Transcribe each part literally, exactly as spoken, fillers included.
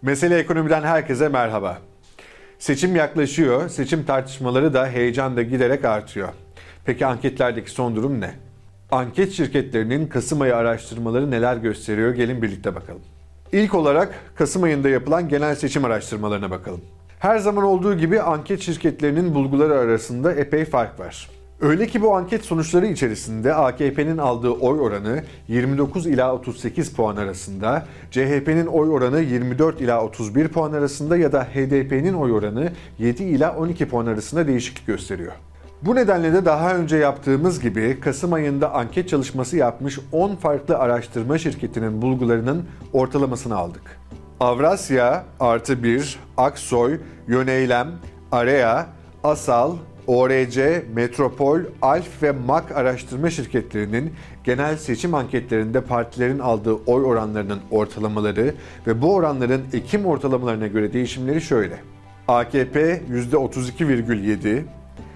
Mesele Ekonomi'den herkese merhaba. Seçim yaklaşıyor, seçim tartışmaları da heyecanla giderek artıyor. Peki anketlerdeki son durum ne? Anket şirketlerinin Kasım ayı araştırmaları neler gösteriyor? Gelin birlikte bakalım. İlk olarak Kasım ayında yapılan genel seçim araştırmalarına bakalım. Her zaman olduğu gibi anket şirketlerinin bulguları arasında epey fark var. Öyle ki bu anket sonuçları içerisinde A K P'nin aldığı oy oranı yirmi dokuz ila otuz sekiz puan arasında, C H P'nin oy oranı yirmi dört ila otuz bir puan arasında ya da H D P'nin oy oranı yedi ila on iki puan arasında değişiklik gösteriyor. Bu nedenle de daha önce yaptığımız gibi Kasım ayında anket çalışması yapmış on farklı araştırma şirketinin bulgularının ortalamasını aldık. Avrasya, Artı bir, Aksoy, Yöneylem, Area, Asal, O R C, Metropol, Alf ve Mak araştırma şirketlerinin genel seçim anketlerinde partilerin aldığı oy oranlarının ortalamaları ve bu oranların Ekim ortalamalarına göre değişimleri şöyle. A K P yüzde otuz iki virgül yedi,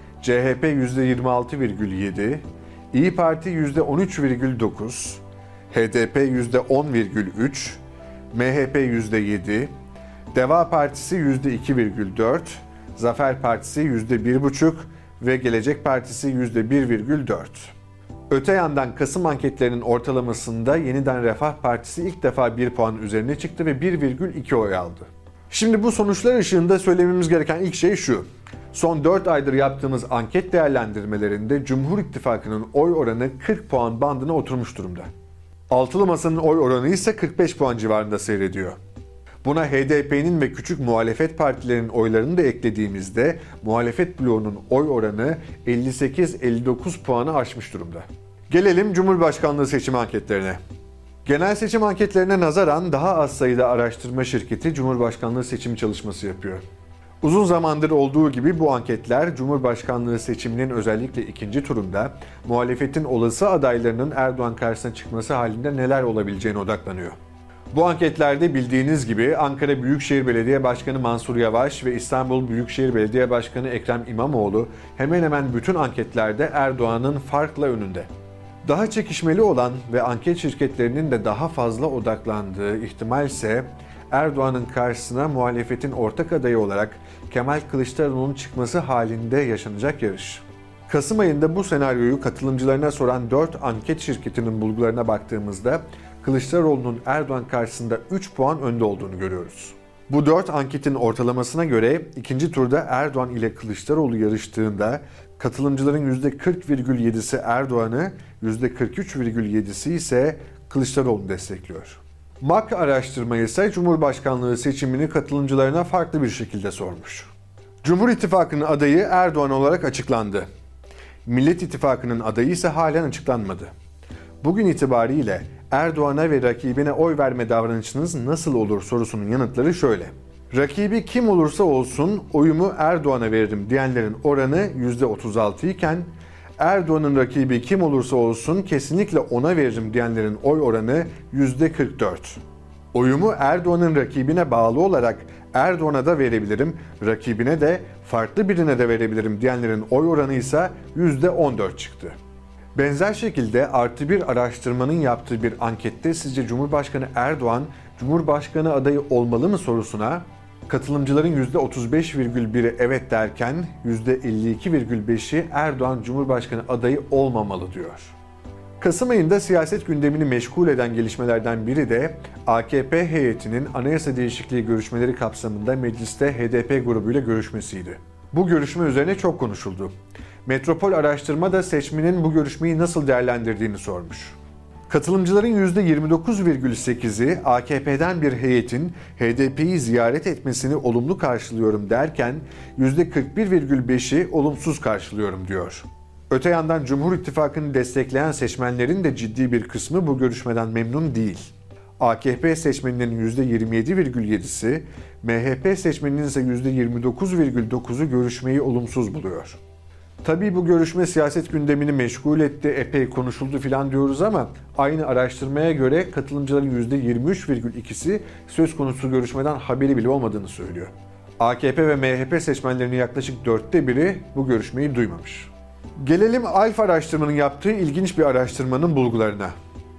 C H P yüzde yirmi altı virgül yedi, İYİ Parti yüzde on üç virgül dokuz, H D P yüzde on virgül üç, M H P yüzde yedi, Deva Partisi yüzde iki virgül dört, Zafer Partisi yüzde bir virgül beş ve Gelecek Partisi yüzde bir virgül dört. Öte yandan Kasım anketlerinin ortalamasında Yeniden Refah Partisi ilk defa bir puan üzerine çıktı ve bir virgül iki oy aldı. Şimdi bu sonuçlar ışığında söylememiz gereken ilk şey şu. Son dört aydır yaptığımız anket değerlendirmelerinde Cumhur İttifakı'nın oy oranı kırk puan bandına oturmuş durumda. Altılı Masa'nın oy oranı ise kırk beş puan civarında seyrediyor. Buna H D P'nin ve küçük muhalefet partilerinin oylarını da eklediğimizde muhalefet bloğunun oy oranı elli sekiz elli dokuz puanı aşmış durumda. Gelelim Cumhurbaşkanlığı seçim anketlerine. Genel seçim anketlerine nazaran daha az sayıda araştırma şirketi Cumhurbaşkanlığı seçim çalışması yapıyor. Uzun zamandır olduğu gibi bu anketler Cumhurbaşkanlığı seçiminin özellikle ikinci turunda muhalefetin olası adaylarının Erdoğan karşısına çıkması halinde neler olabileceğine odaklanıyor. Bu anketlerde bildiğiniz gibi Ankara Büyükşehir Belediye Başkanı Mansur Yavaş ve İstanbul Büyükşehir Belediye Başkanı Ekrem İmamoğlu hemen hemen bütün anketlerde Erdoğan'ın farkla önünde. Daha çekişmeli olan ve anket şirketlerinin de daha fazla odaklandığı ihtimal ise Erdoğan'ın karşısına muhalefetin ortak adayı olarak Kemal Kılıçdaroğlu'nun çıkması halinde yaşanacak yarış. Kasım ayında bu senaryoyu katılımcılarına soran dört anket şirketinin bulgularına baktığımızda Kılıçdaroğlu'nun Erdoğan karşısında üç puan önde olduğunu görüyoruz. Bu dört anketin ortalamasına göre ikinci turda Erdoğan ile Kılıçdaroğlu yarıştığında katılımcıların yüzde kırk virgül yedisi Erdoğan'ı, yüzde kırk üç virgül yedisi ise Kılıçdaroğlu'nu destekliyor. Mak araştırmayı ise Cumhurbaşkanlığı seçimini katılımcılarına farklı bir şekilde sormuş. Cumhur İttifakı'nın adayı Erdoğan olarak açıklandı. Millet İttifakı'nın adayı ise halen açıklanmadı. Bugün itibariyle Erdoğan'a ve rakibine oy verme davranışınız nasıl olur sorusunun yanıtları şöyle. Rakibi kim olursa olsun oyumu Erdoğan'a veririm diyenlerin oranı yüzde otuz altı iken Erdoğan'ın rakibi kim olursa olsun kesinlikle ona veririm diyenlerin oy oranı yüzde kırk dört. Oyumu Erdoğan'ın rakibine bağlı olarak Erdoğan'a da verebilirim, rakibine de farklı birine de verebilirim diyenlerin oy oranı ise yüzde on dört çıktı. Benzer şekilde Artı bir araştırmanın yaptığı bir ankette sizce Cumhurbaşkanı Erdoğan, Cumhurbaşkanı adayı olmalı mı sorusuna katılımcıların yüzde otuz beş virgül biri evet derken yüzde elli iki virgül beşi Erdoğan Cumhurbaşkanı adayı olmamalı diyor. Kasım ayında siyaset gündemini meşgul eden gelişmelerden biri de A K P heyetinin anayasa değişikliği görüşmeleri kapsamında mecliste H D P grubuyla görüşmesiydi. Bu görüşme üzerine çok konuşuldu. Metropol Araştırma da seçmenin bu görüşmeyi nasıl değerlendirdiğini sormuş. Katılımcıların yüzde yirmi dokuz virgül sekizi A K P'den bir heyetin H D P'yi ziyaret etmesini olumlu karşılıyorum derken yüzde kırk bir virgül beşi olumsuz karşılıyorum diyor. Öte yandan Cumhur İttifakı'nı destekleyen seçmenlerin de ciddi bir kısmı bu görüşmeden memnun değil. A K P seçmeninin yüzde yirmi yedi virgül yedisi, M H P seçmeninin ise yüzde yirmi dokuz virgül dokuzu görüşmeyi olumsuz buluyor. Tabii bu görüşme siyaset gündemini meşgul etti, epey konuşuldu filan diyoruz ama aynı araştırmaya göre katılımcıların yüzde yirmi üç virgül ikisi söz konusu görüşmeden haberi bile olmadığını söylüyor. A K P ve M H P seçmenlerinin yaklaşık dörtte biri bu görüşmeyi duymamış. Gelelim Alf araştırmanın yaptığı ilginç bir araştırmanın bulgularına.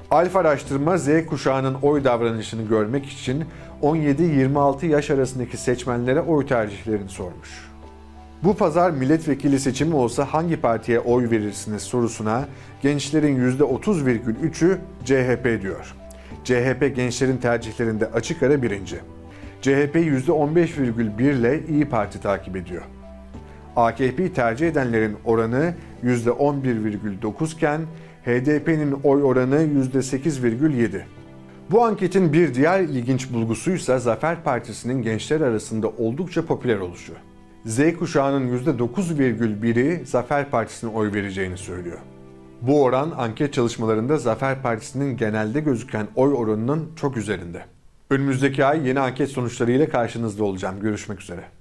Alfa araştırma Z kuşağının oy davranışını görmek için on yedi yirmi altı yaş arasındaki seçmenlere oy tercihlerini sormuş. Bu pazar milletvekili seçimi olsa hangi partiye oy verirsiniz sorusuna gençlerin yüzde otuz virgül üçü C H P diyor. C H P gençlerin tercihlerinde açık ara birinci. C H P yüzde on beş virgül bir ile İyi Parti takip ediyor. A K P'yi tercih edenlerin oranı yüzde on bir virgül dokuz iken H D P'nin oy oranı yüzde sekiz virgül yedi. Bu anketin bir diğer ilginç bulgusuysa Zafer Partisi'nin gençler arasında oldukça popüler oluşu. Z kuşağının yüzde dokuz virgül biri Zafer Partisi'ne oy vereceğini söylüyor. Bu oran anket çalışmalarında Zafer Partisi'nin genelde gözüken oy oranının çok üzerinde. Önümüzdeki ay yeni anket sonuçlarıyla karşınızda olacağım. Görüşmek üzere.